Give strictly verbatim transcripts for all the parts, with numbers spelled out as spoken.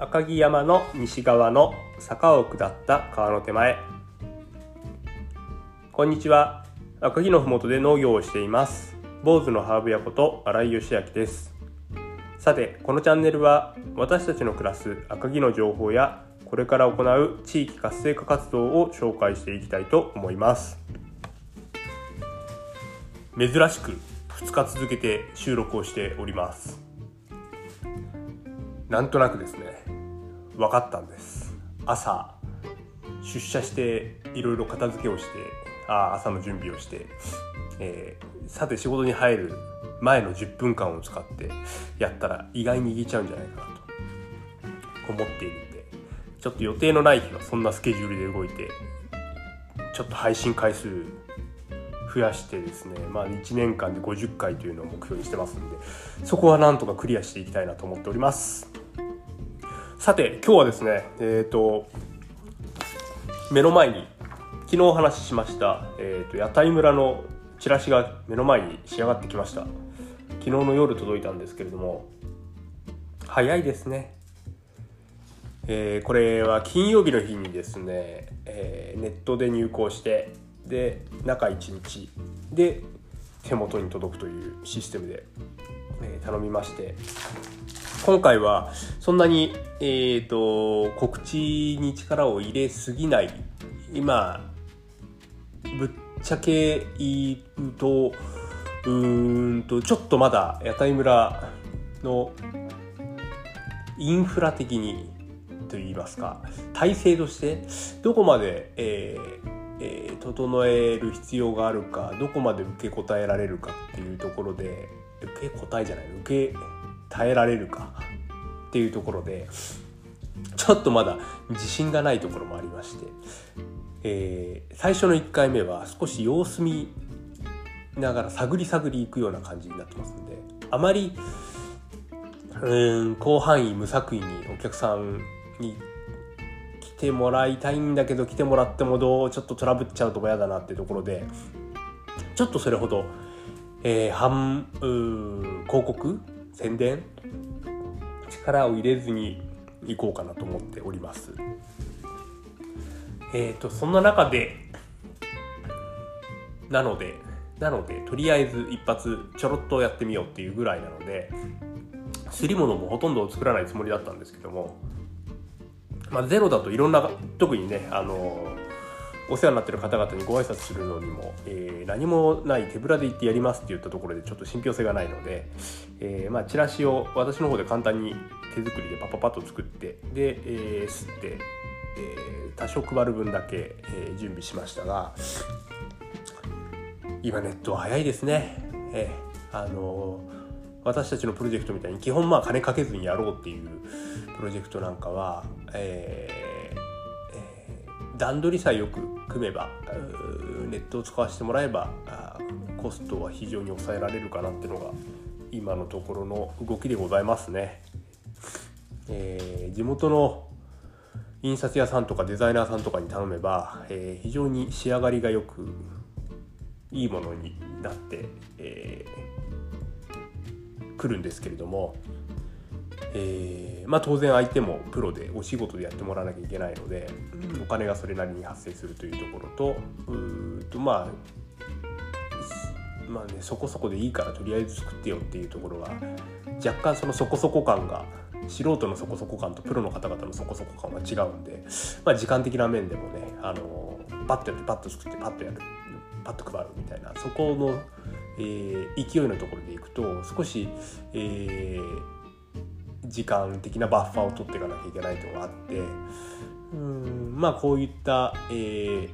赤城山の西側の坂を下った川の手前。こんにちは。赤城のふもとで農業をしています坊主のハーブ屋こと新井義明です。さて、このチャンネルは私たちの暮らす赤城の情報やこれから行う地域活性化活動を紹介していきたいと思います。珍しくふつか続けて収録をしております。なんとなくですね、分かったんです。朝出社していろいろ片付けをして、あ朝の準備をして、えー、さて仕事に入る前のじゅっぷんかんを使ってやったら意外にいけちゃうんじゃないかなと思っているんで、ちょっと予定のない日はそんなスケジュールで動いて、ちょっと配信回数増やしてですね、まあいちねんかんでごじゅっかいというのを目標にしてますんで、そこはなんとかクリアしていきたいなと思っております。さて、今日はですね、えっと目の前に昨日お話ししました、えーと屋台村のチラシが目の前に仕上がってきました。昨日の夜届いたんですけれども、早いですね。えー、これは金曜日の日にですね、えー、ネットで入稿して、で中いちにちで手元に届くというシステムで、えー、頼みまして、今回はそんなに、えーと告知に力を入れすぎない、今ぶっちゃけ言うとうーんとちょっとまだ屋台村のインフラ的にといいますか、体制としてどこまで、えーえー、整える必要があるか、どこまで受け答えられるかっていうところで、受け答えじゃない受け耐えられるかっていうところでちょっとまだ自信がないところもありまして、えー、最初のいっかいめは少し様子見ながら探り探りいくような感じになってますので、あまりうーん広範囲無作為にお客さんに来てもらいたいんだけど、来てもらってもどうちょっとトラブっちゃうとか嫌だなっていうところで、ちょっとそれほど、えー、反うー広告宣伝力を入れずにいこうかなと思っております。えーとそんな中でなのでなのでとりあえず一発ちょろっとやってみようっていうぐらいなので、すり物もほとんど作らないつもりだったんですけども、まあ、ゼロだといろんな、特にね、あのお世話になっている方々にご挨拶するのにも、えー、何もない手ぶらで行ってやりますって言ったところでちょっと信憑性がないので、えーまあ、チラシを私の方で簡単に手作りでパパパッと作って、で、えー、吸って、えー、多少配る分だけ、えー、準備しましたが、今ネットは早いですね。えー、あのー私たちのプロジェクトみたいに基本まあ金かけずにやろうっていうプロジェクトなんかは、えーえー、段取りさえよく組めば、ネットを使わせてもらえばコストは非常に抑えられるかなっていうのが今のところの動きでございますね。えー、地元の印刷屋さんとかデザイナーさんとかに頼めば、えー、非常に仕上がりがよくいいものになって、えー来るんですけれども、えーまあ、当然相手もプロでお仕事でやってもらわなきゃいけないので、お金がそれなりに発生するというところと、うーとまあまあね、そこそこでいいからとりあえず作ってよっていうところは若干そのそこそこ感が、素人のそこそこ感とプロの方々のそこそこ感は違うんで、まあ、時間的な面でもね、あのパッとやってパッと作ってパッとやるパッと配るみたいな、そこのえー、勢いのところでいくと少し、えー、時間的なバッファーを取っていかなきゃいけないところがあって、うーんまあこういった、え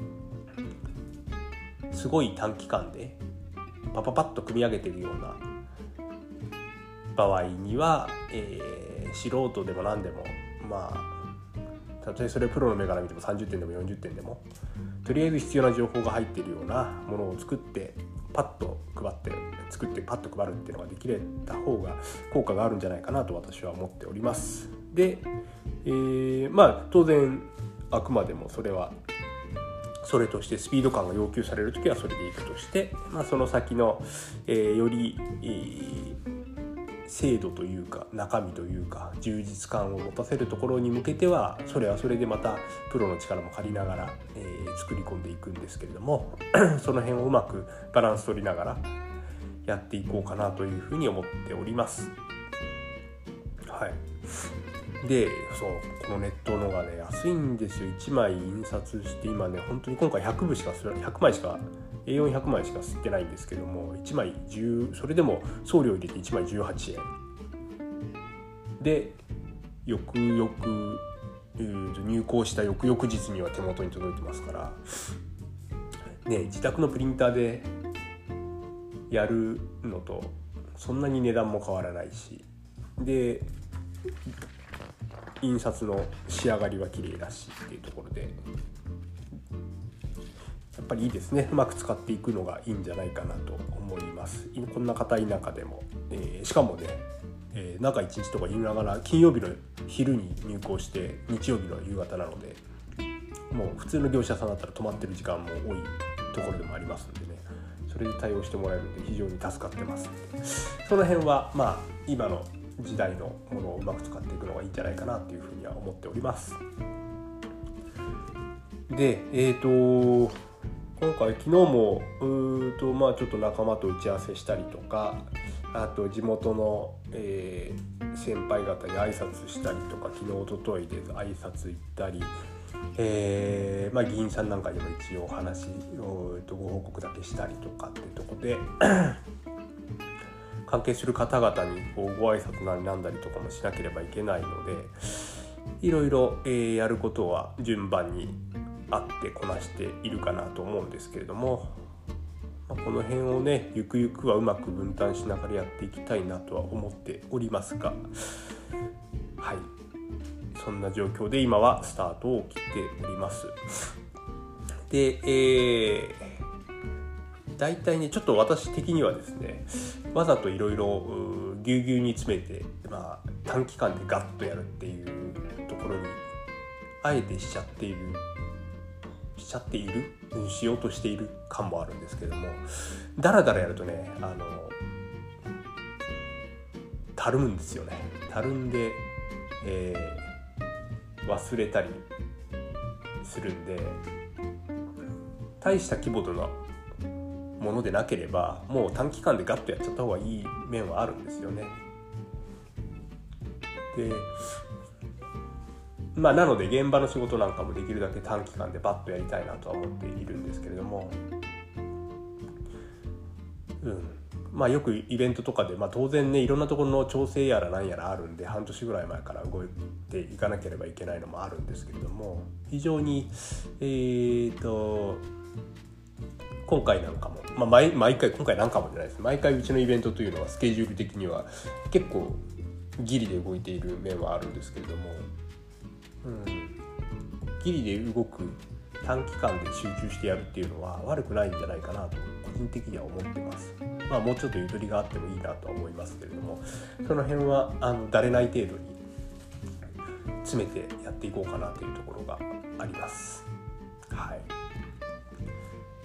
ー、すごい短期間でパパパッと組み上げているような場合には、えー、素人でも何でも、まあたとえそれプロの目から見てもさんじゅってんでもよんじゅってんでも、とりあえず必要な情報が入っているようなものを作ってパッと配って作ってパッと配るっていうのができれた方が効果があるんじゃないかなと私は思っております。で、えー、まあ当然あくまでもそれはそれとしてスピード感が要求されるときはそれでいくとして、まあ、その先の、えー、より、えー、 精度というか中身というか充実感を持たせるところに向けてはそれはそれでまたプロの力も借りながら、えー、作り込んでいくんですけれどもその辺をうまくバランス取りながらやっていこうかなというふうに思っております。はい。で、そうこのネットのがね安いんですよ。いちまい印刷して今ね本当に今回ひゃくぶしかひゃくまいしか エーよんひゃく 枚しか吸ってないんですけどもいちまいじゅうそれでも送料入れていちまいじゅうはちえんで翌々入稿した翌々日には手元に届いてますからね、自宅のプリンターでやるのとそんなに値段も変わらないしで印刷の仕上がりは綺麗だしっていうところでやっぱりいいですね。うまく使っていくのがいいんじゃないかなと思います。こんな片田舎でも、えー、しかもね、えー、中いちにちとか言いながら金曜日の昼に入稿して日曜日の夕方なのでもう普通の業者さんだったら止まってる時間も多いところでもありますんでね、それで対応してもらえるので非常に助かってます。その辺はまあ今の時代のものをうまく使っていくのがいいんじゃないかなというふうには思っております。で、えーと今回昨日もうーと、まあ、ちょっと仲間と打ち合わせしたりとかあと地元の、えー、先輩方に挨拶したりとか昨日おとといで挨拶行ったり、えーまあ、議員さんなんかにも一応お話をご報告だけしたりとかっていうところで関係する方々にこうご挨拶なりなんだりとかもしなければいけないのでいろいろ、えー、やることは順番にあってこなしているかなと思うんですけれども、まあ、この辺をねゆくゆくはうまく分担しながらやっていきたいなとは思っておりますが、はい、そんな状況で今はスタートを切っております。で、えー、大体ねちょっと私的にはですねわざといろいろぎゅうぎゅうに詰めて、まあ、短期間でガッとやるっていうところにあえてしちゃっているしちゃっているしようとしている感もあるんですけどもだらだらやるとねあのたるむんですよね。たるんで、えー、忘れたりするんで大した規模のものでなければもう短期間でガッとやっちゃった方がいい面はあるんですよね。でまあ、なので現場の仕事なんかもできるだけ短期間でバッとやりたいなとは思っているんですけれども、うんまあ、よくイベントとかで、まあ、当然ねいろんなところの調整やら何やらあるんで半年ぐらい前から動いていかなければいけないのもあるんですけれども非常にえーと今回なんかも、まあ、毎, 毎回今回なんかもじゃないです毎回うちのイベントというのはスケジュール的には結構ギリで動いている面はあるんですけれどもうん、ギリで動く短期間で集中してやるっていうのは悪くないんじゃないかなと個人的には思ってます。まあもうちょっとゆとりがあってもいいなとは思いますけれどもその辺はあのだれない程度に詰めてやっていこうかなというところがあります。はい。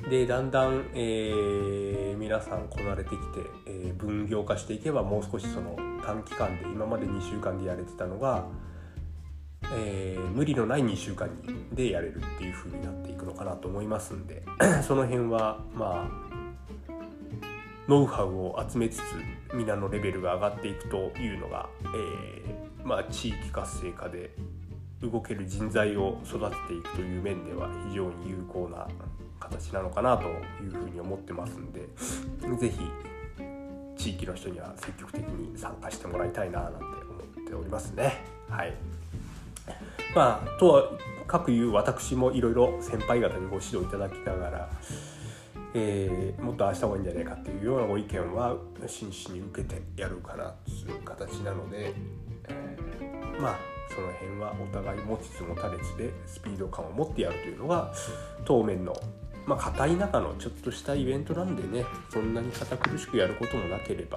でだんだん、えー、皆さんこなれてきて、えー、分業化していけばもう少しその短期間で今までにしゅうかんでやれてたのがえー、無理のないにしゅうかんでやれるっていう風になっていくのかなと思いますんでその辺はまあノウハウを集めつつ皆のレベルが上がっていくというのが、えーまあ、地域活性化で動ける人材を育てていくという面では非常に有効な形なのかなという風に思ってますんでぜひ地域の人には積極的に参加してもらいたいななんて思っておりますね。はい。まあ、とは各いう私もいろいろ先輩方にご指導いただきながら、えー、もっとああした方がいいんじゃないかっていうようなご意見は真摯に受けてやるかなという形なので、えー、まあその辺はお互い持ちつ持たれつでスピード感を持ってやるというのが当面のまあ片田舎のちょっとしたイベントなんでねそんなに堅苦しくやることもなければ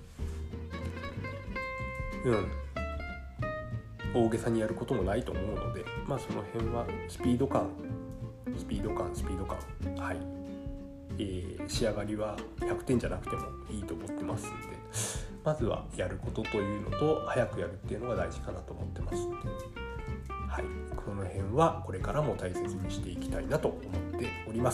うん大げさにやることもないと思うので、まあその辺はスピード感、スピード感、スピード感、はい、えー、仕上がりはひゃくてんじゃなくてもいいと思ってますんで、 まずはやることというのと早くやるっていうのが大事かなと思ってますので、はい、この辺はこれからも大切にしていきたいなと思っております。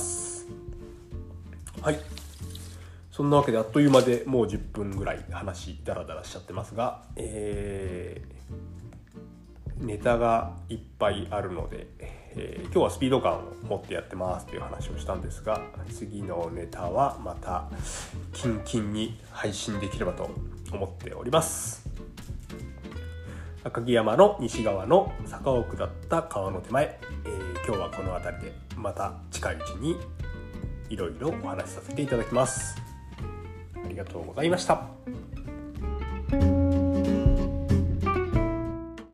はい、そんなわけであっという間でもうじゅっぷんぐらい話ダラダラしちゃってますが、えー、ネタがいっぱいあるので、えー、今日はスピード感を持ってやってますという話をしたんですが、次のネタはまたキンキンに配信できればと思っております。赤城山の西側の坂を下った川の手前、えー、今日はこの辺りでまた近いうちにいろいろお話しさせていただきます。ありがとうございました。